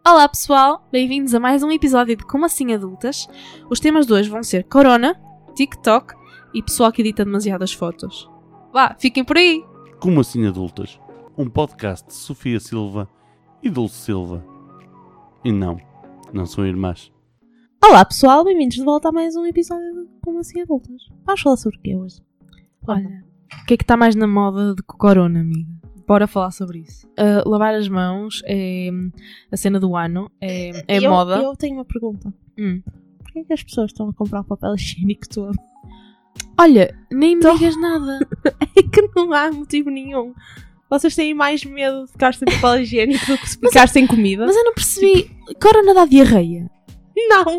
Olá pessoal, bem-vindos a mais um episódio de Como Assim Adultas. Os temas de hoje vão ser Corona, TikTok e pessoal que edita demasiadas fotos. Vá, fiquem por aí! Como Assim Adultas, um podcast de Sofia Silva e Dulce Silva. E não são irmãs. Olá pessoal, bem-vindos de volta a mais um episódio de Como Assim Adultas. Vamos falar sobre o que hoje? Olha, o que é que está mais na moda de Corona, amiga? Bora falar sobre isso. Lavar as mãos é a cena do ano, é moda. Eu tenho uma pergunta. Porquê é que as pessoas estão a comprar o papel higiênico todo? Olha, nem me digas nada. É que não há motivo nenhum. Vocês têm mais medo de ficar sem papel higiênico do que se ficar sem comida? Mas eu não percebi. Corona dá diarreia? Não!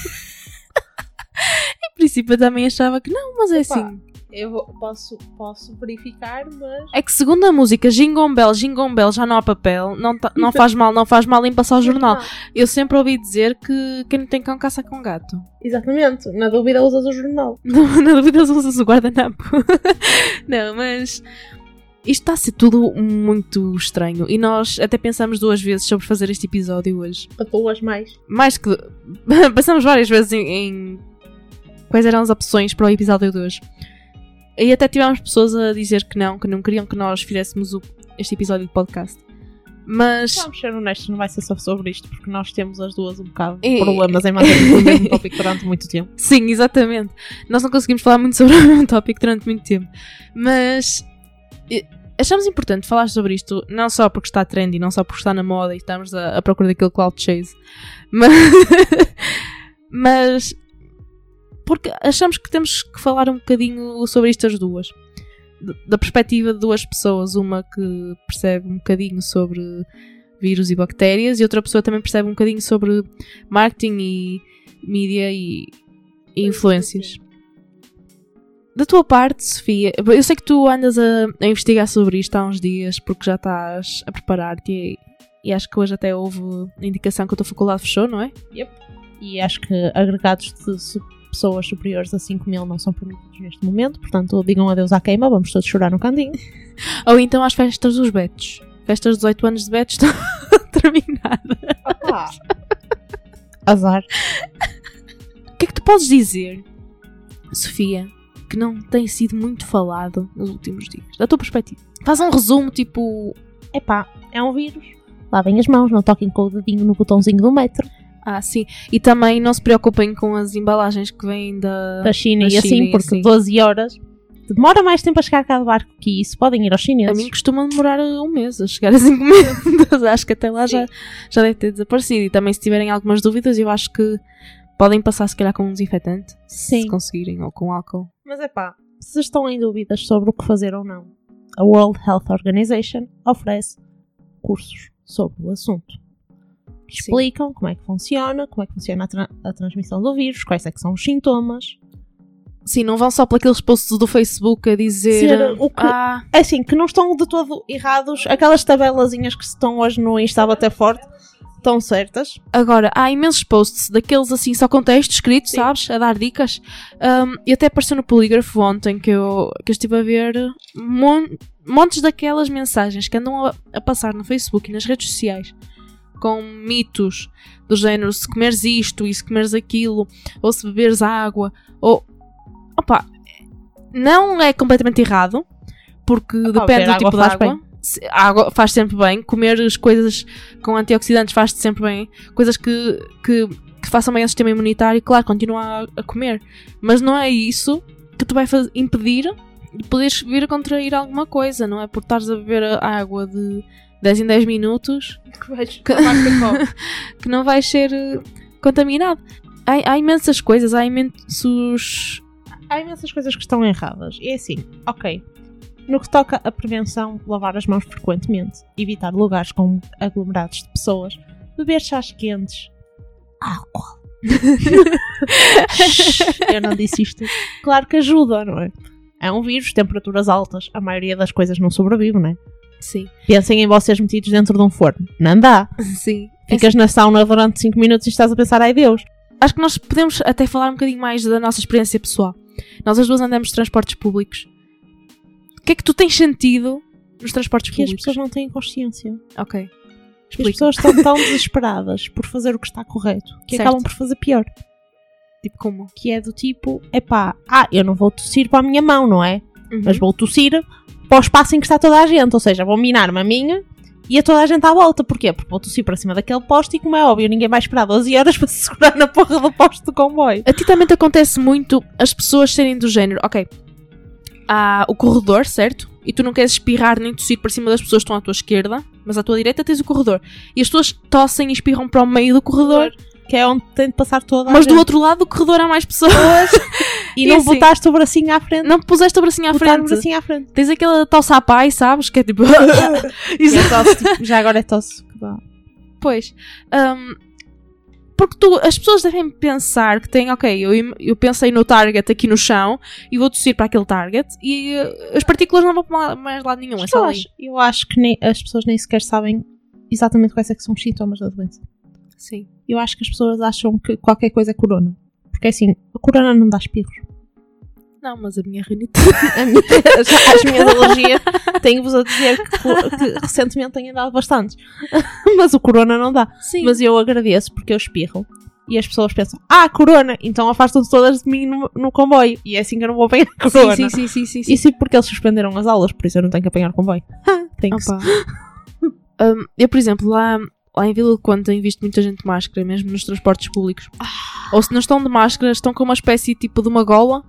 Em princípio eu também achava que não, mas é assim. Posso verificar, mas... É que segundo a música Jingle Bell, já não há papel, não faz mal, limpa só o jornal. Eu sempre ouvi dizer que quem não tem cão caça com gato. Exatamente, na dúvida usas o jornal. Na dúvida usas o guardanapo. Não, mas... Isto está a ser tudo muito estranho e nós até pensamos duas vezes sobre fazer este episódio hoje. Duas mais. Mais que... Pensamos várias vezes em quais eram as opções para o episódio de hoje. E até tivemos pessoas a dizer que não queriam que nós fizéssemos este episódio de podcast. Mas... Vamos ser honestos, não vai ser só sobre isto, porque nós temos as duas um bocado de problemas em manter o mesmo tópico durante muito tempo. Sim, exatamente. Nós não conseguimos falar muito sobre o mesmo tópico durante muito tempo. Mas... achamos importante falar sobre isto, não só porque está trendy, não só porque está na moda e estamos à procura daquele cloud chase, mas porque achamos que temos que falar um bocadinho sobre isto as duas. Da perspectiva de duas pessoas, uma que percebe um bocadinho sobre vírus e bactérias e outra pessoa também percebe um bocadinho sobre marketing e mídia e influências. Da tua parte, Sofia, eu sei que tu andas a investigar sobre isto há uns dias porque já estás a preparar-te e acho que hoje até houve a indicação que a tua faculdade fechou, não é? Yep. E acho que agregados de pessoas superiores a 5.000 não são permitidos neste momento, portanto digam adeus à queima, vamos todos chorar no cantinho. Ou então às festas dos betos. Festas de 18 anos de betos estão terminadas. Opa. Azar. O que é que tu podes dizer, Sofia, que não tem sido muito falado nos últimos dias, da tua perspectiva? Faz um resumo, tipo... Epá, é um vírus. Lavem as mãos, não toquem com o dedinho no botãozinho do metro. Ah, sim. E também não se preocupem com as embalagens que vêm da China e assim, porque assim. 12 horas demora mais tempo a chegar cá do barco que isso. Podem ir aos chineses. A mim costuma demorar um mês a chegar às encomendas. Acho que até lá já deve ter desaparecido. E também se tiverem algumas dúvidas, eu acho que podem passar se calhar com um desinfetante. Sim. Se conseguirem, ou com álcool. Mas se estão em dúvidas sobre o que fazer ou não, a World Health Organization oferece cursos sobre o assunto. Explicam como é que funciona a transmissão do vírus, quais é que são os sintomas. Sim, não vão só por aqueles posts do Facebook a dizer... É assim, que não estão de todo errados. Aquelas tabelazinhas que estão hoje no Insta a bater forte estão certas. Agora, há imensos posts daqueles assim, só com texto escrito, sim, sabes? A dar dicas. E até apareceu no Polígrafo ontem que eu estive a ver montes daquelas mensagens que andam a passar no Facebook e nas redes sociais com mitos do género, se comeres isto e se comeres aquilo, ou se beberes água, ou... Opa, não é completamente errado, porque depende do tipo de água. A água faz sempre bem, comer as coisas com antioxidantes faz-te sempre bem, coisas que façam bem ao sistema imunitário, claro, continua a comer, mas não é isso que te vai impedir de poderes vir a contrair alguma coisa, não é por estares a beber a água de 10 em 10 minutos que não vais ser contaminado. Há imensas coisas, há imensas coisas que estão erradas. E é assim, ok, no que toca a prevenção, lavar as mãos frequentemente, evitar lugares com aglomerados de pessoas, beber chás quentes, álcool. Eu não disse isto. Claro que ajuda, não é? É um vírus, temperaturas altas, a maioria das coisas não sobrevive, não é? Sim. Pensem em vocês metidos dentro de um forno. Não dá. Sim. Ficas na sauna durante 5 minutos e estás a pensar, ai Deus. Acho que nós podemos até falar um bocadinho mais da nossa experiência pessoal. Nós as duas andamos de transportes públicos. O que é que tu tens sentido nos transportes públicos? Que as pessoas não têm consciência. Ok. As pessoas estão tão desesperadas por fazer o que está correto que Certo. acabam por fazer pior. Tipo como? Que é do tipo, eu não vou tossir para a minha mão, não é? Uhum. Mas vou tossir para o espaço em que está toda a gente. Ou seja, vou minar-me a minha e a toda a gente à volta. Porquê? Porque vou tossir para cima daquele poste e, como é óbvio, ninguém vai esperar 12 horas para se segurar na porra do poste do comboio. A ti também te acontece muito as pessoas serem do género, ok, há o corredor, certo? E tu não queres espirrar nem tossir para cima das pessoas que estão à tua esquerda, mas à tua direita tens o corredor. E as pessoas tossem e espirram para o meio do corredor, Que é onde tem de passar toda a mas gente. do outro lado do corredor há mais pessoas. E E não assim, botaste o bracinho à frente. Não puseste o bracinho à Botar o frente. bracinho à frente. Tens aquela tosse à pai, sabes? Que é tipo... E é tosse, tipo, já agora é tosse. Pois. Porque as pessoas devem pensar que têm, ok, eu pensei no target aqui no chão e vou tossir para aquele target e as partículas não vão para mais lado nenhum, é só ali. Eu acho que as pessoas nem sequer sabem exatamente quais é que são os sintomas da doença. Sim. Eu acho que as pessoas acham que qualquer coisa é corona. Porque assim, a corona não dá espirros. Não, mas a minha rinite... As minhas alergias, tenho-vos a dizer que recentemente tenho dado bastantes. Mas o corona não dá. Sim. Mas eu agradeço porque eu espirro. E as pessoas pensam, corona, então afastam-se todas de mim no comboio. E é assim que eu não vou apanhar corona. Sim. Isso é porque eles suspenderam as aulas, por isso eu não tenho que apanhar comboio. Thanks. Opa. Eu, por exemplo, lá em Vila do Conde tenho visto muita gente de máscara, mesmo nos transportes públicos. Ou se não estão de máscara, estão com uma espécie tipo de uma gola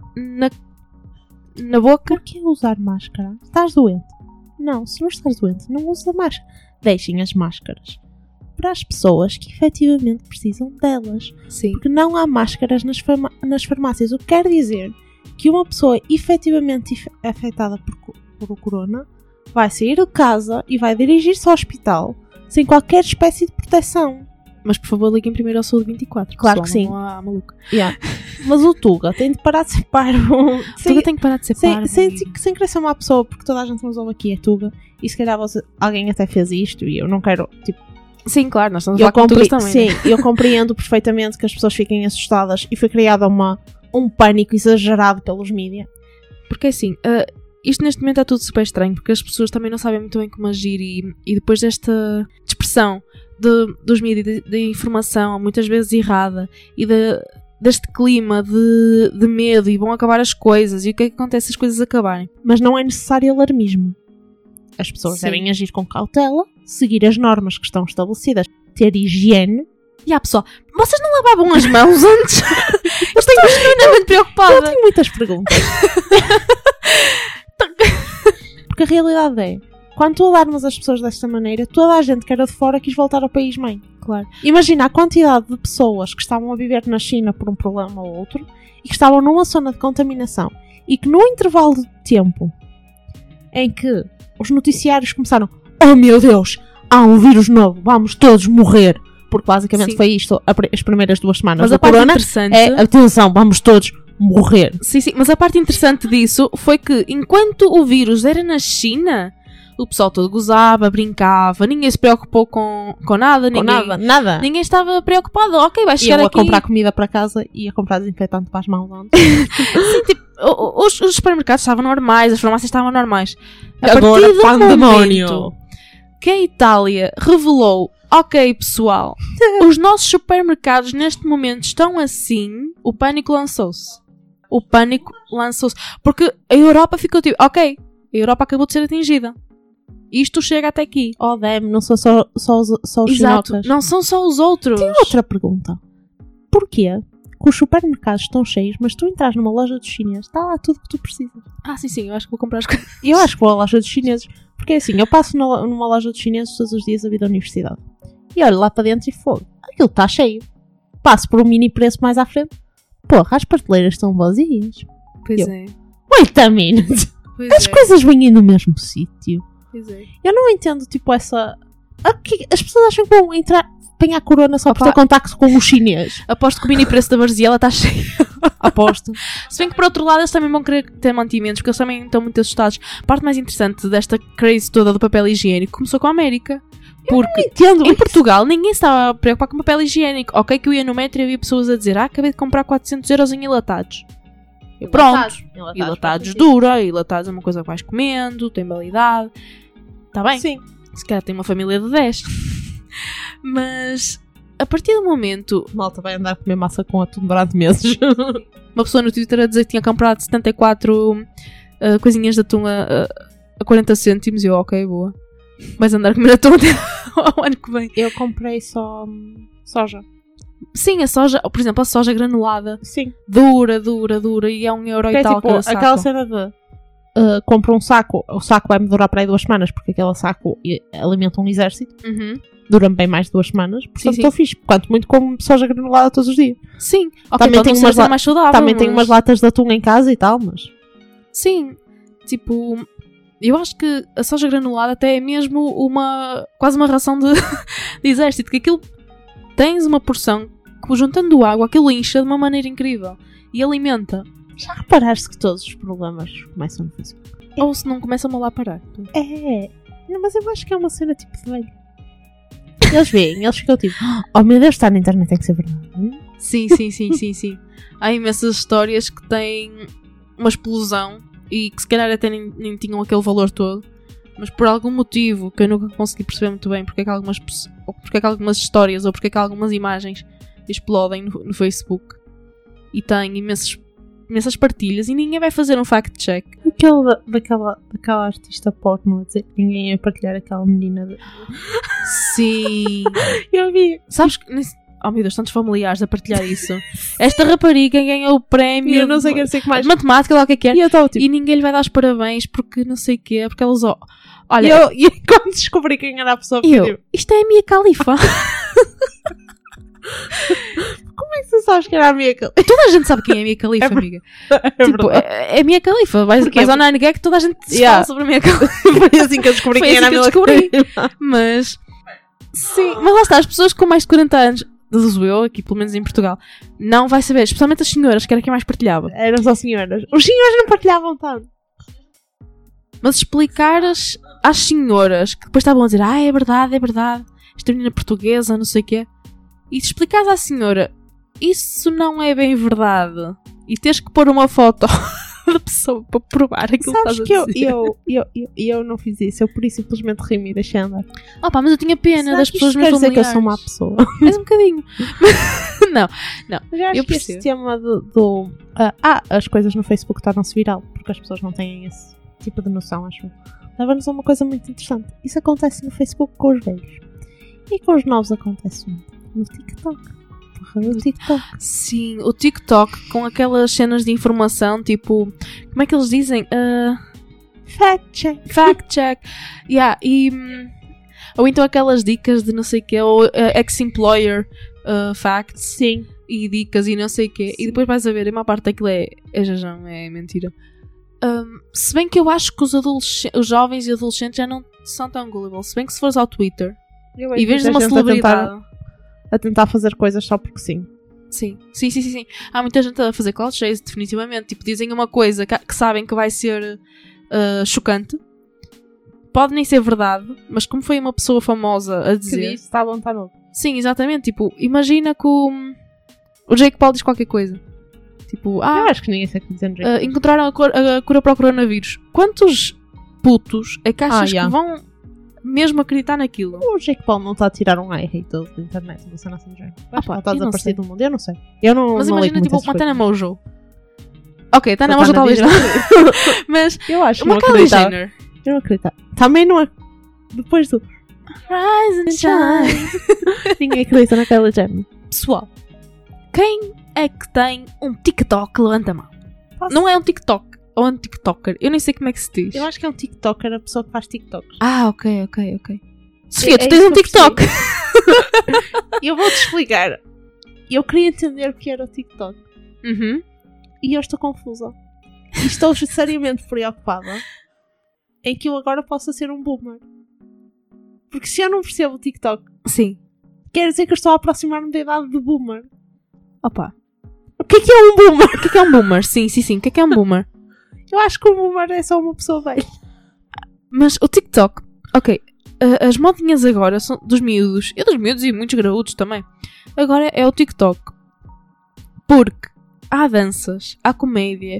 na boca. Porquê usar máscara? Estás doente? Não, se não estás doente, não uses a máscara. Deixem as máscaras para as pessoas que efetivamente precisam delas. Sim. Porque não há máscaras nas farmácias. O que quer dizer que uma pessoa efetivamente afetada por o corona vai sair de casa e vai dirigir-se ao hospital sem qualquer espécie de proteção. Mas por favor liguem primeiro ao Saúde 24. Claro que senão sim. Não há maluco. Yeah. Mas o Tuga tem de parar de ser parvo. Tuga tem que parar de ser parvo. Sem querer ser uma pessoa, porque toda a gente nos ouve aqui é Tuga. E se calhar alguém até fez isto e eu não quero, tipo... Sim, claro, nós estamos a falar com Tugas também. Sim, né? eu compreendo perfeitamente que as pessoas fiquem assustadas e foi criado um pânico exagerado pelos mídias. Porque assim, isto neste momento é tudo super estranho, porque as pessoas também não sabem muito bem como agir e depois desta dispersão dos mídias, de informação, muitas vezes errada, e deste clima de medo, e vão acabar as coisas, e o que é que acontece se as coisas acabarem? Mas não é necessário alarmismo. As pessoas Sim. devem agir com cautela, seguir as normas que estão estabelecidas, ter higiene. E há pessoal, vocês não lavavam as mãos antes? Eu estou genuinamente preocupada. Eu tenho muitas perguntas. Porque a realidade é, quando tu alarmas as pessoas desta maneira, toda a gente que era de fora quis voltar ao país mãe. Claro. Imagina a quantidade de pessoas que estavam a viver na China por um problema ou outro e que estavam numa zona de contaminação e que no intervalo de tempo em que os noticiários começaram, oh meu Deus, há um vírus novo, vamos todos morrer, porque basicamente Sim. foi isto as primeiras 2 semanas Mas da a parte corona, interessante... atenção, vamos todos morrer. Sim, mas a parte interessante disso foi que enquanto o vírus era na China, o pessoal todo gozava, brincava, ninguém se preocupou com nada, Nada. ninguém estava preocupado. Ok, vai E chegar eu a aqui... comprar comida para casa e a comprar desinfetante para as mãos antes. Sim, tipo, os supermercados estavam normais, as farmácias estavam normais. A Agora, partir do pandemónio. momento que a Itália revelou, ok pessoal, os nossos supermercados neste momento estão assim, o pânico lançou-se. Porque a Europa ficou tipo, ok, a Europa acabou de ser atingida. Isto chega até aqui. Oh, damn, não são só os Exato, chinocas. não são só os outros. Tenho outra pergunta. Porquê que os supermercados estão cheios, mas tu entras numa loja dos chineses, está lá tudo que tu precisas? Ah, sim, eu acho que vou comprar as coisas. E eu acho que vou à loja dos chineses, porque é assim, eu passo numa loja dos chineses todos os dias a vir da universidade. E olho lá para dentro e fogo, aquilo está cheio. Passo por um mini preço mais à frente. Porra, as prateleiras estão vazias. Pois Eu- é. Wait a minute. Pois As é. coisas vêm no mesmo sítio. Pois é. Eu não entendo, tipo, essa... As pessoas acham que vão entrar... Apanhar corona só por Opa. ter contacto com os chineses. Aposto que o mini preço da Barziela está cheio. Aposto. Se bem que, por outro lado, eles também vão querer ter mantimentos, porque eles também estão muito assustados. A parte mais interessante desta craze toda do papel higiênico começou com a América. Porque Entendo. em Portugal ninguém estava a preocupar com papel higiênico. Ok que eu ia no metro e havia pessoas a dizer acabei de comprar 400 euros em enlatados. E pronto. Enlatados dura, enlatados é uma coisa que vais comendo, tem validade. Está bem. Sim. Se calhar tem uma família de 10. Mas a partir do momento... Malta vai andar a comer massa com atum durante meses. Uma pessoa no Twitter a dizer que tinha comprado 74 coisinhas de atum a 40 cêntimos e eu, ok, boa. Vais andar a comer atum até ao ano que vem. Eu comprei só soja. Sim, a soja, por exemplo, a soja granulada. Sim. Dura e é €1 e tal tipo, cada saco. aquela cena de compro um saco, o saco vai-me durar para aí 2 semanas, porque aquele saco alimenta um exército. Uhum. Dura-me bem mais de 2 semanas, portanto Sim. estou fixe. Quanto muito como soja granulada todos os dias. Sim, ok, Também pode tenho não umas ser mais saudável. Também tenho umas latas de atum em casa e tal, mas... Sim, tipo, eu acho que a soja granulada até é mesmo quase uma ração de exército, que aquilo tens uma porção que juntando água, aquilo incha de uma maneira incrível e alimenta. Já reparaste que todos os problemas começam no Facebook? Ou se não começam a lá parar. É, não, mas eu acho que é uma cena tipo de velho. Eles veem, eles ficam tipo, oh meu Deus, está na internet, tem que ser verdade. Sim. Há imensas histórias que têm uma explosão e que se calhar até nem tinham aquele valor todo, mas por algum motivo que eu nunca consegui perceber muito bem porque é que algumas histórias ou porque é que algumas imagens explodem no Facebook e têm imensas partilhas e ninguém vai fazer um fact-check. Daquela artista porno a dizer que ninguém ia partilhar aquela menina. Sim. Eu vi. Sabes que... Oh meu Deus, tantos familiares a partilhar isso. Esta rapariga ganhou o prémio. Eu não sei o que mais. Matemática, lá o que é. E eu estou tipo... E ninguém lhe vai dar os parabéns porque não sei o quê. Porque ela usou... Olha... E quando descobri quem era a pessoa que pediu... Isto é a Mia Khalifa. Como é que você sabes que era a Mia Khalifa? Toda a gente sabe quem é a Mia Khalifa, amiga. Tipo, é a Mia Khalifa. Vais ao 9gag que toda a gente se fala sobre a Mia Khalifa. Foi assim que eu descobri quem era a Mia Khalifa. Mas... Sim. Mas lá está, as pessoas com mais de 40 anos... Deduzo eu, aqui pelo menos em Portugal, não vai saber, especialmente as senhoras, que era quem mais partilhava. Eram só senhoras. Os senhores não partilhavam tanto. Mas explicar às senhoras que depois estavam a dizer, é verdade, esta menina portuguesa, não sei o quê, e te explicares à senhora, isso não é bem verdade, e tens que pôr uma foto da pessoa para provar aquilo que estás a dizer. Eu não fiz isso, eu por isso simplesmente ri-me e deixei andar. Mas eu tinha pena das pessoas meus familiares. Quer dizer que eu sou má pessoa. És um bocadinho. Não. Já acho que este tema as coisas no Facebook tornam-se viral, porque as pessoas não têm esse tipo de noção, acho. Leva-nos a uma coisa muito interessante. Isso acontece no Facebook com os velhos. E com os novos acontece muito no TikTok. No TikTok. Sim, o TikTok com aquelas cenas de informação, tipo, como é que eles dizem? Fact check. Yeah, ou então aquelas dicas de não sei o que, ou ex-employer facts. Sim. E dicas e não sei o que. E depois vais a ver, a maior parte daquilo é jajão, é mentira. Se bem que eu acho que os jovens e adolescentes já não são tão gullible. Se bem que se fores ao Twitter e vês uma celebridade a tentar fazer coisas só porque sim. Sim. Há muita gente a fazer cloud chase, definitivamente. Tipo, dizem uma coisa que sabem que vai ser chocante. Pode nem ser verdade, mas como foi uma pessoa famosa a dizer... Que disse, está bom, está novo. Sim, exatamente. Tipo, imagina que o Jake Paul diz qualquer coisa. Tipo, eu acho que ninguém sabe o que dizer no Jake Paul. encontraram a cura para o coronavírus. Quantos putos é que achas que vão mesmo acreditar naquilo? O Jake Paul não está a tirar um hate todo da internet, não sei nada assim. Está a desaparecer do mundo, eu não sei. Mas imagina, tipo, uma Tana Mojo. Ok, Tana Mojo talvez não. Mas eu acho uma Kylie Jenner. Eu não acredito. Também não é. Depois do Rise and Shine. Ninguém acredita na Kylie Jenner. Pessoal, quem é que tem um TikTok? Levanta a mão. Não é um TikTok. Ou um TikToker. Eu nem sei como é que se diz. Eu acho que é um TikToker, a pessoa que faz TikToks. Ok. Sofia, tu tens um TikTok. Eu vou-te explicar. Eu queria entender o que era o TikTok. Uhum. E eu estou confusa. E estou seriamente preocupada em que eu agora possa ser um boomer. Porque se eu não percebo o TikTok, sim, quer dizer que eu estou a aproximar-me da idade de boomer. Opa. O que é um boomer? O que é um boomer? Sim. O que é um boomer? Eu acho que o boomer é só uma pessoa velha. Mas o TikTok, ok, as modinhas agora são dos miúdos. E dos miúdos e muitos graúdos também. Agora é o TikTok. Porque há danças, há comédia.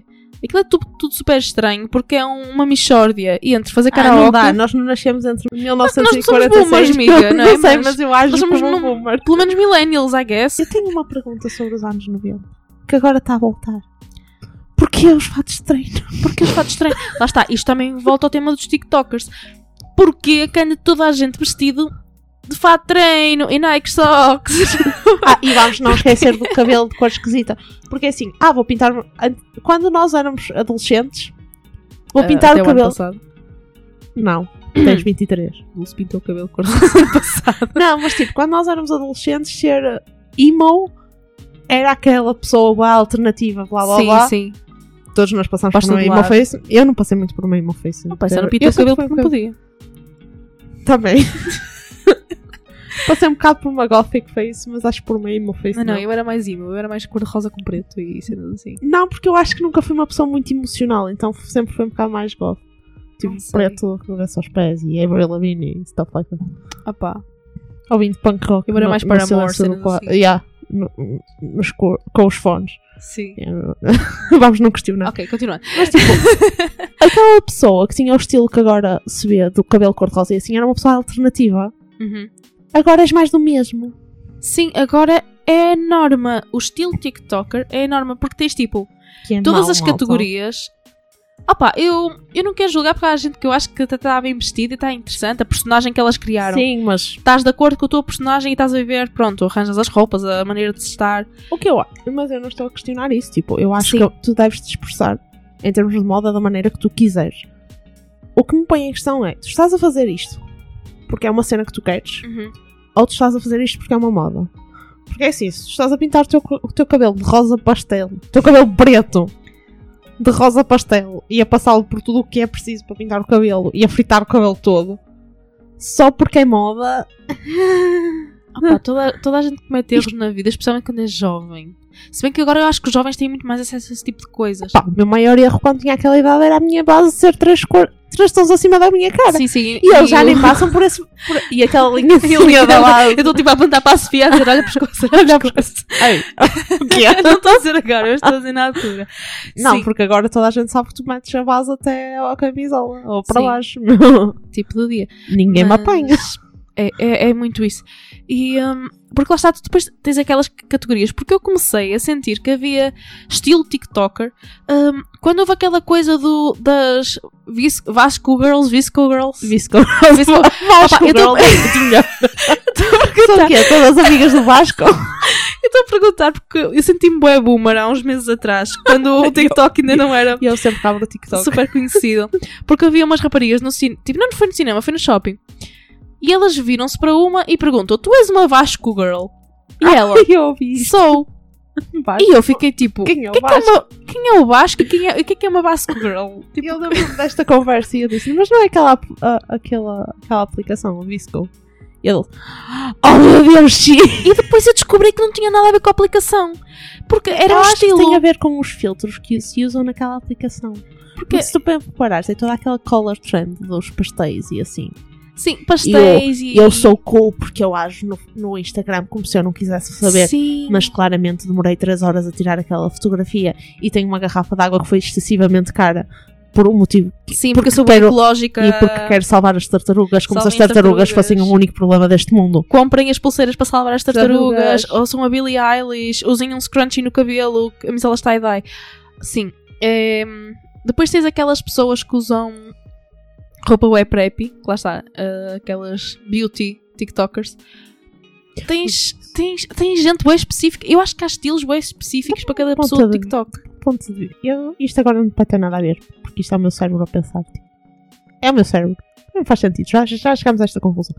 Aquilo é tudo super estranho, porque é uma mixórdia entre fazer karaoke... não dá, nós não nascemos entre nós somos 1946. boomers, amiga, não é? Não sei, mas eu acho que como boomer. Pelo menos millennials, I guess. Eu tenho uma pergunta sobre os anos 90, que agora está a voltar. Porquê os fatos de treino? Porque os fatos de treino... Lá está, isto também volta ao tema dos TikTokers. Porquê que anda toda a gente vestido de fato de treino e Nike Socks? E vamos não esquecer do cabelo de cor esquisita. Porque assim, vou pintar... Quando nós éramos adolescentes, vou pintar o cabelo... Passado. Não, tens 23. Dulce pintou o cabelo de cor do ano passado. Não, mas tipo, quando nós éramos adolescentes, ser emo era aquela pessoa boa, alternativa, blá blá blá. Sim. Todos nós passamos por uma emo face. Eu não passei muito por uma emo face. Não, eu não pintei o cabelo porque não podia. Também. Passei um bocado por uma gothic face, mas acho que por uma emo face. Não, eu era mais emo, eu era mais cor-de-rosa com preto e cenas assim. Não, porque eu acho que nunca fui uma pessoa muito emocional, então sempre fui um bocado mais goth. Tipo, preto, cabeça aos pés e Avril Lavigne e stuff like that. Ouvindo punk rock. Eu era mais para amor, cenas assim. Com os fones. Sim. Vamos não questionar. Ok, continuando. Mas tipo, aquela pessoa que tinha o estilo que agora se vê do cabelo cor-de-rosa e assim, era uma pessoa alternativa. Uhum. Agora és mais do mesmo. Sim, agora é a norma. O estilo TikToker é a norma, porque tens tipo todas as categorias. Eu não quero julgar porque há gente que eu acho que até está bem vestida e está interessante, a personagem que elas criaram. Sim, mas estás de acordo com a tua personagem e estás a viver, pronto, arranjas as roupas, a maneira de estar. O que eu acho, mas eu não estou a questionar isso. Tipo, eu acho Sim. que tu deves te expressar em termos de moda da maneira que tu quiseres. O que me põe em questão é, tu estás a fazer isto porque é uma cena que tu queres, ou tu estás a fazer isto porque é uma moda. Porque é assim, se tu estás a pintar o teu cabelo de rosa pastel, o teu cabelo preto de rosa pastel e a passá-lo por tudo o que é preciso para pintar o cabelo e a fritar o cabelo todo só porque é moda. Toda a gente comete erros na vida, especialmente quando é jovem. Se bem que agora eu acho que os jovens têm muito mais acesso a esse tipo de coisas. O meu maior erro quando tinha aquela idade era a minha base ser 3 tons acima da minha cara. Sim. E eles já nem passam por esse... E aquela linha de lado. Eu estou tipo a apontar para a Sofia a dizer, olha pescoço. O que é? Não estou a dizer agora, eu estou a dizer na altura. Não, Sim. porque agora toda a gente sabe que tu metes a base até à camisola. Ou para baixo. Tipo do dia. Ninguém me apanha. É muito isso. E... porque lá está, tu depois tens aquelas categorias. Porque eu comecei a sentir que havia estilo TikToker quando houve aquela coisa das Vasco Girls. São o quê? Todas as amigas do Vasco? Eu estou a perguntar porque eu senti-me bué boomer há uns meses atrás, quando o TikTok ainda não era E eu sempre cabo no TikTok. super conhecido. Porque havia umas raparigas no cinema, tipo, não foi no cinema, foi no shopping. E elas viram-se para uma e perguntam: tu és uma Vasco Girl? E ela: eu ouvi isso. sou. E eu fiquei tipo: Quem é o Vasco? Quem é o Vasco? O que é uma Vasco Girl? Tipo, eu lembro desta conversa e eu disse: mas não é aquela aplicação, o Visco? E ele: oh meu Deus, sim! E depois eu descobri que não tinha nada a ver com a aplicação. Porque era um estilo. Tem a ver com os filtros que se usam naquela aplicação. Porque se tu reparares, tem toda aquela color trend dos pastéis e assim. Sim, pastéis eu sou cool porque eu ajo no Instagram como se eu não quisesse saber. Sim. Mas claramente demorei 3 horas a tirar aquela fotografia e tenho uma garrafa de água que foi excessivamente cara por um motivo. Sim, porque eu sou bem ecológica. E porque quero salvar as tartarugas, como se as tartarugas fossem o único problema deste mundo. Comprem as pulseiras para salvar as tartarugas, ouçam a Billie Eilish, usem um scrunchie no cabelo, a camisola tie-dye. Sim. Depois tens aquelas pessoas que usam roupa web preppy, que lá está, aquelas beauty tiktokers. Tens gente bem específica. Eu acho que há estilos bem específicos para cada pessoa do TikTok. Ponto de vista. Isto agora não vai ter nada a ver, porque isto é o meu cérebro a pensar. É o meu cérebro. Não faz sentido. Já chegámos a esta conclusão.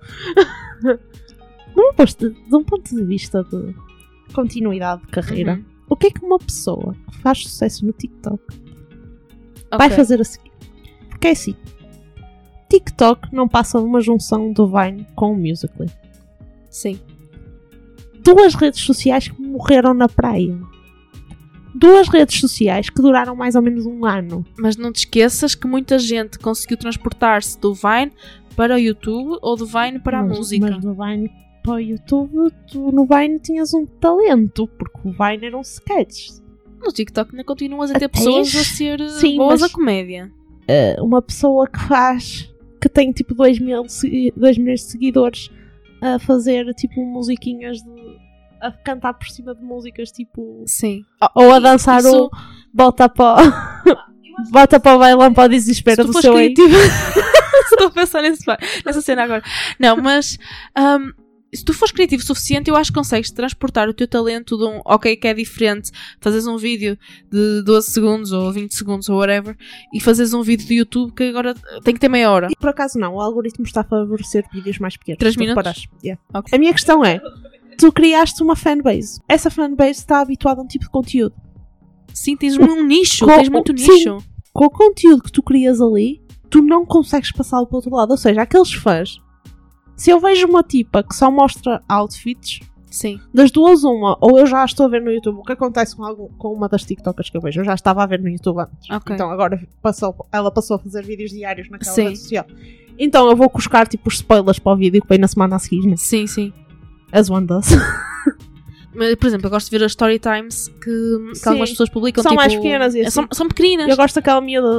De um ponto de vista de continuidade de carreira, o que é que uma pessoa que faz sucesso no TikTok vai fazer a seguir? Porque é assim. TikTok não passa de uma junção do Vine com o Musical.ly. Sim. 2 redes sociais que morreram na praia. 2 redes sociais que duraram mais ou menos 1 ano. Mas não te esqueças que muita gente conseguiu transportar-se do Vine para o YouTube ou do Vine para a música. Mas do Vine para o YouTube, tu no Vine tinhas um talento, porque o Vine eram sketches. No TikTok ainda continuas a ter Até pessoas isso? a ser Sim, boas mas- a comédia. Uma pessoa que tem tipo 2 milhões de seguidores a fazer tipo musiquinhas a cantar por cima de músicas tipo Sim. ou a dançar Isso- o bota para o bailão para o desespero Se tu do fores seu ex. criativo... Estou a pensar nessa cena agora. Não, mas... se tu fores criativo o suficiente, eu acho que consegues transportar o teu talento de ok, que é diferente, fazes um vídeo de 12 segundos ou 20 segundos ou whatever, e fazes um vídeo de YouTube que agora tem que ter meia hora. E por acaso não, o algoritmo está a favorecer vídeos mais pequenos. 3 se tu minutos? reparares. Yeah. Ok. A minha questão é, tu criaste uma fanbase. Essa fanbase está habituada a um tipo de conteúdo. Sim, tens um nicho, Co- tens muito sim. nicho. Com o conteúdo que tu crias ali, tu não consegues passá-lo para o outro lado. Ou seja, aqueles fãs, se eu vejo uma tipa que só mostra outfits, Sim. das duas uma, ou eu já estou a ver no YouTube o que acontece com uma das TikTokers que eu vejo, eu já estava a ver no YouTube antes. Ok. Então agora ela passou a fazer vídeos diários naquela Sim. rede social. Então eu vou buscar tipo os spoilers para o vídeo que vem na semana a seguir, né? Sim, sim. As one does. Mas, por exemplo, eu gosto de ver as story times que Sim. algumas pessoas publicam. São tipo, mais pequenas e assim. São pequeninas. Eu gosto daquela miúda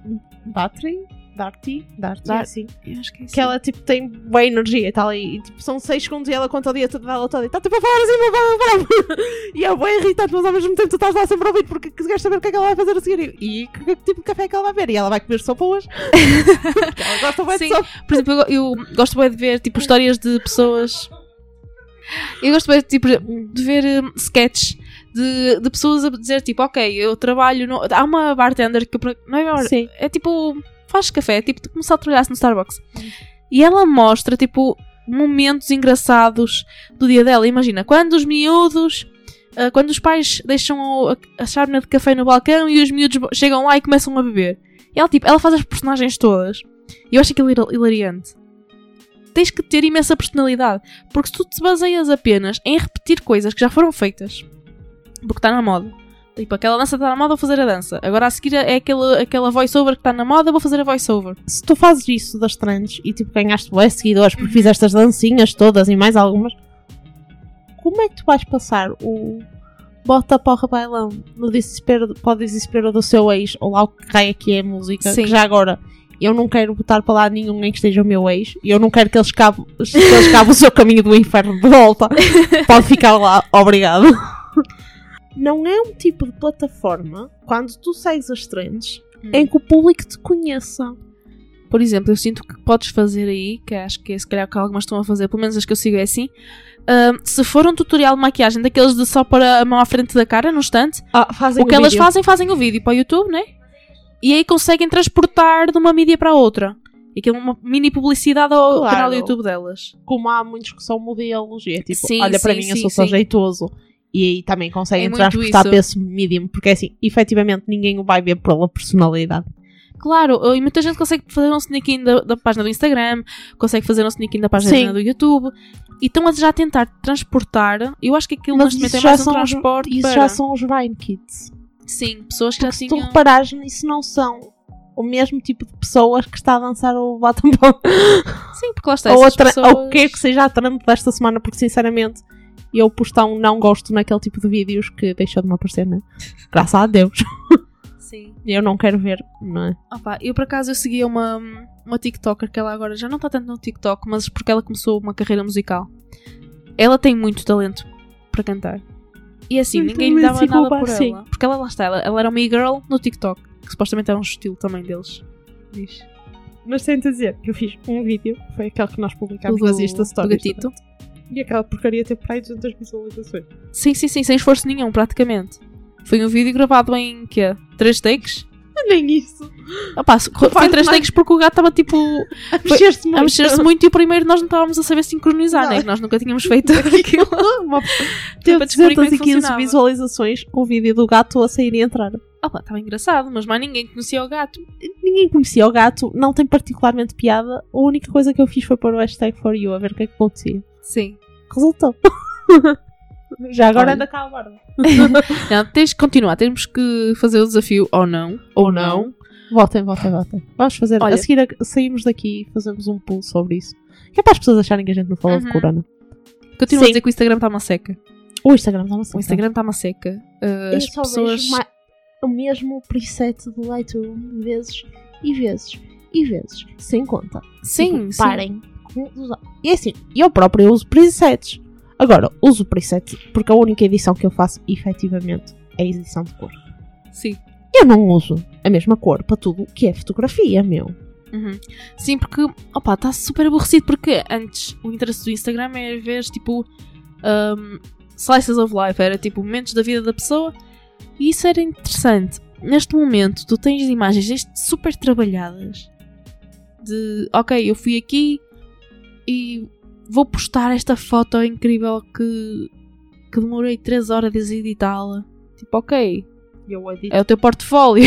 Darty, assim. Eu acho que é Que ela tipo tem boa energia e tal. E tipo, são 6 segundos e ela conta o dia todo dela toda. E está tipo a falar assim, blá. E é bem irritante, mas ao mesmo tempo tu estás lá sempre a ouvir porque queres saber o que é que ela vai fazer a seguir. E que tipo de café é que ela vai ver. E ela vai comer sopa hoje. Porque ela gosta bem de Sim. sopa. Por exemplo, eu gosto bem de ver tipo histórias de pessoas. Eu gosto bem tipo, de ver sketches de pessoas a dizer tipo, ok, eu trabalho no... Há uma bartender que não é, Sim. é tipo, faz café, tipo, como se ela trabalhasse no Starbucks. E ela mostra tipo momentos engraçados do dia dela. Imagina, quando os miúdos, quando os pais deixam a chávena de café no balcão e os miúdos chegam lá e começam a beber. E ela, tipo, ela faz as personagens todas. E eu acho aquilo hilariante. Tens que ter imensa personalidade. Porque se tu te baseias apenas em repetir coisas que já foram feitas, porque está na moda. Tipo, aquela dança está na moda, vou fazer a dança. Agora a seguir é aquela voice-over que está na moda, vou fazer a voice-over. Se tu fazes isso das trends e tipo ganhaste bué seguidores porque fizeste as dancinhas todas e mais algumas, como é que tu vais passar o bota para o bailão no desespero, para o desespero do seu ex ou lá o que raio que é a música? Sim. Que já agora eu não quero botar para lá nenhum em que esteja o meu ex e eu não quero que eles cabem o seu caminho do inferno de volta. Pode ficar lá, obrigado. Não é um tipo de plataforma, quando tu segues as trends, em que o público te conheça. Por exemplo, eu sinto que podes fazer aí, que acho que é se calhar que algumas estão a fazer, pelo menos as que eu sigo é assim, se for um tutorial de maquiagem daqueles de só pôr a mão à frente da cara, no instante, Fazem o que elas fazem o vídeo para o YouTube, né? E aí conseguem transportar de uma mídia para a outra. E aquilo é uma mini publicidade ao Claro. canal do YouTube delas. Como há muitos que são modelos e é tipo, Sim, olha para sim, mim eu sim, sou só sim. jeitoso. E aí também conseguem É muito transportar isso. para esse medium, porque é assim, efetivamente ninguém o vai ver pela personalidade. Claro, e muita gente consegue fazer um sneak in da página do Instagram, consegue fazer um sneak in da página Sim. do YouTube, e estão a já tentar transportar. Eu acho que aquilo Mas neste momento é isso mais já um são transporte Isso para... já são os Vine Kids. Sim, pessoas que já Se tu tinham... reparares, isso não são o mesmo tipo de pessoas que está a dançar o bottom pop. Sim, porque lá está, Ou, essas pessoas... ou o que é que seja a trend desta semana, porque sinceramente eu por tão não gosto naquele tipo de vídeos que deixou de me aparecer, né? Graças a Deus. Sim. Eu não quero ver, não é? Opa, eu por acaso eu seguia uma TikToker que ela agora já não está tanto no TikTok, mas porque ela começou uma carreira musical. Ela tem muito talento para cantar. E assim, Eu ninguém lhe também dava sigo nada uma por assim. ela. Porque ela lá está, ela era uma e-girl no TikTok, que supostamente é um estilo também deles. Diz. Mas tento dizer que eu fiz um vídeo, foi aquele que nós publicámos O nas Insta do Stories. gatito. E aquela porcaria teve para aí 200 visualizações. Sim, sem esforço nenhum, praticamente. Foi um vídeo gravado em, quê? 3 takes? Nem isso. Opa, foi parte 3 mais- takes porque o gato estava tipo A mexer-se muito. a mexer-se muito e o primeiro nós não estávamos a saber sincronizar, Não. né? Que nós nunca tínhamos feito aquilo. Uma... Para Teve descobrir como é que 215 funcionava. visualizações o vídeo do gato a sair e entrar. Opa, estava engraçado, mas mais ninguém conhecia o gato. Ninguém conhecia o gato, não tem particularmente piada. A única coisa que eu fiz foi pôr o hashtag for you a ver o que é que acontecia. Sim. Resultou. Já agora Olha. anda cá a barba. Não, tens que continuar, temos que fazer o desafio ou não. Ou não. Votem. Vamos fazer. Olha. A seguir saímos daqui e fazemos um pull sobre isso. Que é para as pessoas acharem que a gente não falou de Uhum. corona. Continuo a Sim. dizer que o Instagram está uma seca. O Instagram está uma seca. O Instagram está uma seca. Eu As só pessoas... vejo o mesmo preset de Lightroom vezes e vezes e vezes, sem conta. Sim, Tipo, parem com usar. E assim, eu próprio uso presets. Agora, uso presets porque a única edição que eu faço, efetivamente, é a edição de cor. Sim. Eu não uso a mesma cor para tudo o que é fotografia, meu. Uhum. Sim, porque, opa, está super aborrecido, porque antes o interesse do Instagram era ver, tipo, slices of life, era tipo momentos da vida da pessoa, e isso era interessante. Neste momento, tu tens imagens super trabalhadas, de, ok, eu fui aqui e vou postar esta foto incrível que demorei 3 horas a editá-la. Tipo, ok, é o teu portfólio.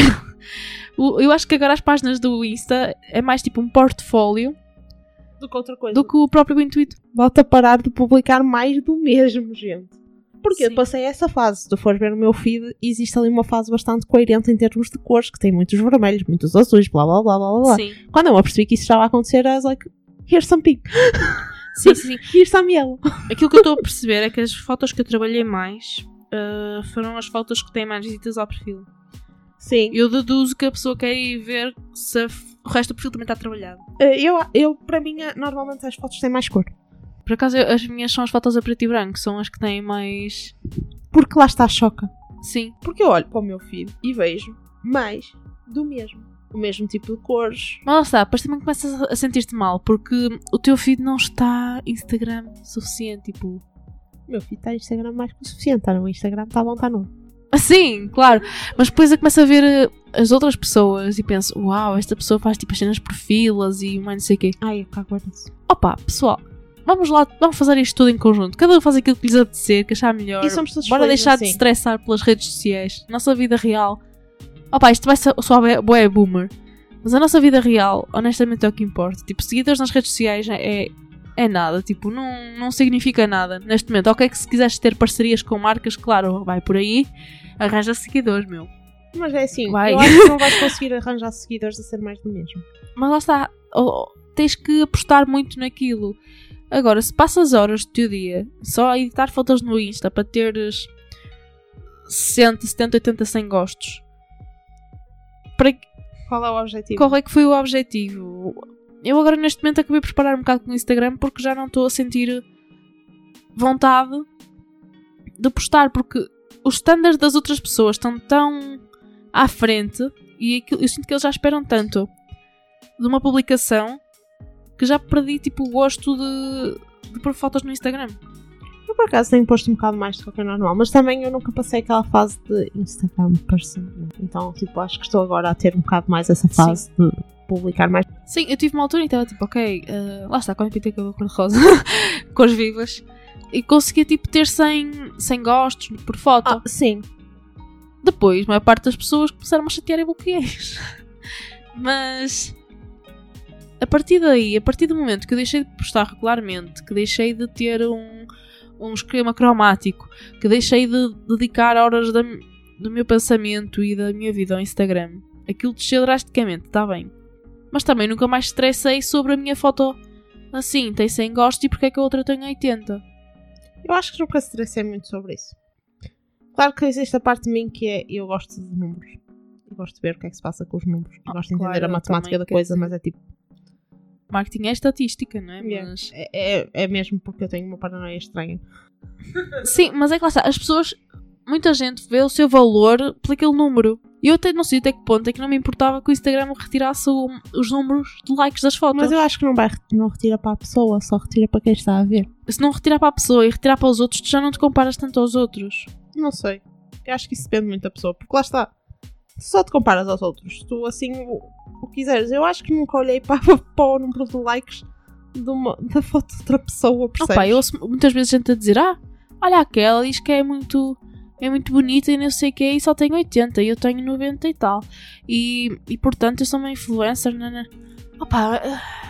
Eu acho que agora as páginas do Insta é mais tipo um portfólio do que outra coisa. Do que o próprio intuito. Volto a parar de publicar mais do mesmo, gente. Porque eu passei essa fase. Se tu fores ver o meu feed, existe ali uma fase bastante coerente em termos de cores, que tem muitos vermelhos, muitos azuis, blá blá blá blá blá. Sim. Quando eu me apercebi que isso estava a acontecer, I was like, here's some pink. Sim. Here's some yellow. Aquilo que eu estou a perceber é que as fotos que eu trabalhei mais foram as fotos que têm mais visitas ao perfil. Sim. Eu deduzo que a pessoa quer ir ver se o resto do perfil também está trabalhado. Eu para mim, normalmente as fotos têm mais cor. Por acaso, as minhas são as fotos a preto e branco, são as que têm mais... Porque lá está a choca. Sim. Porque eu olho para o meu feed e vejo mais do mesmo. O mesmo tipo de cores. Mas lá está, depois também começas a sentir-te mal, porque o teu feed não está Instagram suficiente, tipo... O meu feed está Instagram mais que o suficiente. Está no Instagram, está bom, está novo. Sim, claro. Mas depois eu começo a ver as outras pessoas e penso, uau, esta pessoa faz tipo as cenas por filas e mais não sei o quê. Ai, eu cago nisso. Opa, pessoal, vamos lá, vamos fazer isto tudo em conjunto. Cada um faz aquilo que lhes apetecer, que achar melhor. E somos todos Bora felizes, deixar assim. de estressar pelas redes sociais. Nossa vida real. Opa, isto vai ser só bué boomer. Mas a nossa vida real, honestamente, é o que importa. Tipo, seguidores nas redes sociais é nada. Tipo, não significa nada neste momento. Ok, que se quiseres ter parcerias com marcas, claro, vai por aí. Arranja seguidores, meu. Mas é assim, Vai. eu acho que não vais conseguir arranjar seguidores a ser mais do mesmo. Mas lá está. Tens que apostar muito naquilo. Agora, se passas horas do teu dia só a editar fotos no Insta para teres 60, 70, 80, 100 gostos, para Qual é o objetivo? qual é que foi o objetivo? Eu agora neste momento acabei por parar um bocado com o Instagram porque já não estou a sentir vontade de postar, porque os standards das outras pessoas estão tão à frente e eu sinto que eles já esperam tanto de uma publicação que já perdi tipo o gosto de pôr fotos no Instagram. Eu por acaso tenho posto um bocado mais do que é normal, mas também eu nunca passei aquela fase de Instagram person. Então, tipo, acho que estou agora a ter um bocado mais essa fase de publicar mais. Sim, eu tive uma altura em que estava tipo, ok, lá está, quando eu pintei cabelo cor-de-rosa, cores vivas, e conseguia tipo ter 100 gostos por foto. Sim. Depois, a maior parte das pessoas começaram a chatear e bloqueei. Mas a partir daí, a partir do momento que eu deixei de postar regularmente, que deixei de ter um esquema cromático, que deixei de dedicar horas do meu pensamento e da minha vida ao Instagram, aquilo desceu drasticamente, está bem. Mas também nunca mais estressei sobre a minha foto assim, tem 100 gostos e porque é que a outra tem 80. Eu acho que nunca estressei muito sobre isso. Claro que existe a parte de mim que é, eu gosto de números. Eu gosto de ver o que é que se passa com os números. Eu gosto de entender claro, a matemática também, da quer coisa, dizer, mas é tipo... Marketing é estatística, não é? Yeah. Mas... É mesmo porque eu tenho uma paranoia estranha. Sim, mas é que lá está, as pessoas, muita gente vê o seu valor por aquele número. E eu até não sei até que ponto é que não me importava que o Instagram retirasse os números de likes das fotos. Mas eu acho que não retira para a pessoa, só retira para quem está a ver. Se não retirar para a pessoa e retirar para os outros, tu já não te comparas tanto aos outros. Não sei. Eu acho que isso depende muito da pessoa, porque lá está. Tu só te comparas aos outros. Tu assim o quiseres. Eu acho que nunca olhei para o número de likes da foto de outra pessoa, percebes? Opa, eu ouço muitas vezes gente a dizer, olha aquela, diz que é muito bonita e não sei o que, e só tem 80 e eu tenho 90 e tal. E portanto eu sou uma influencer, não. Opa,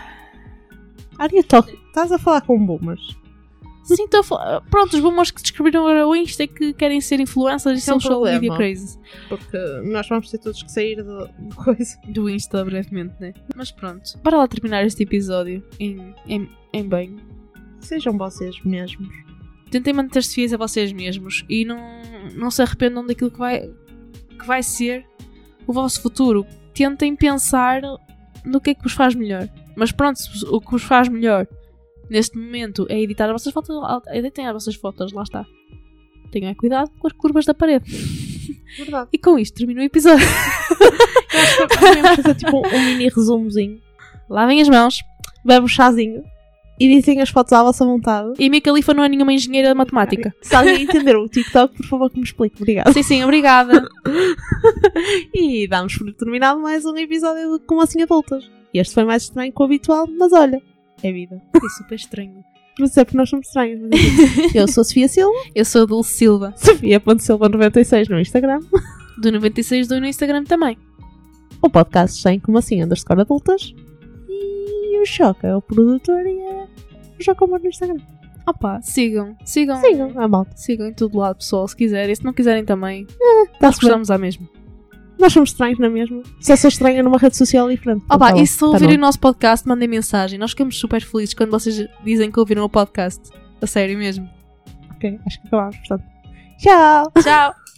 estás a falar com boomers. sim, estou a falar. Pronto, os boomers que descobriram agora o Insta e que querem ser influencers e é um social media problema. crazy. Porque nós vamos ter todos que sair de coisa. Do Insta brevemente, né? Mas pronto, bora lá terminar este episódio em bem. Sejam vocês mesmos. Tentem manter-se fiéis a vocês mesmos e não se arrependam daquilo que vai ser o vosso futuro. Tentem pensar no que é que vos faz melhor. Mas pronto, o que vos faz melhor neste momento é editar as vossas fotos. Editem as vossas fotos, lá está. Tenham cuidado com as curvas da parede. Verdade. E com isto termino o episódio. Eu acho que podemos fazer tipo um mini resumozinho. Lavem as mãos. Bebam um chazinho. Editem as fotos à vossa vontade. E Mia Khalifa não é nenhuma engenheira de matemática. Se alguém entender o TikTok, por favor que me explique. Obrigada. Sim, obrigada. E damos por terminado mais um episódio de Como Assim Adultas. Este foi mais estranho que o habitual, mas olha, é vida. É super estranho. Mas é porque nós somos estranhos. Eu sou a Sofia Silva. Eu sou a Dulce Silva. Sofia.silva96 no Instagram. Do 96 do no Instagram também. O podcast tem Como Assim _adultas. E o Choca é o produtor e é o Choca Amor no Instagram. Opa, sigam. Sigam a malta. Sigam em todo lado, pessoal, se quiserem. Se não quiserem também, Nós nós gostamos à mesma. Nós somos estranhos, não é mesmo? Só sou estranha numa rede social diferente. Opa, Então, e se ouvirem o nosso podcast, mandem mensagem. Nós ficamos super felizes quando vocês dizem que ouviram o podcast. A sério mesmo. Ok, acho que acabamos, portanto. Tchau! Tchau!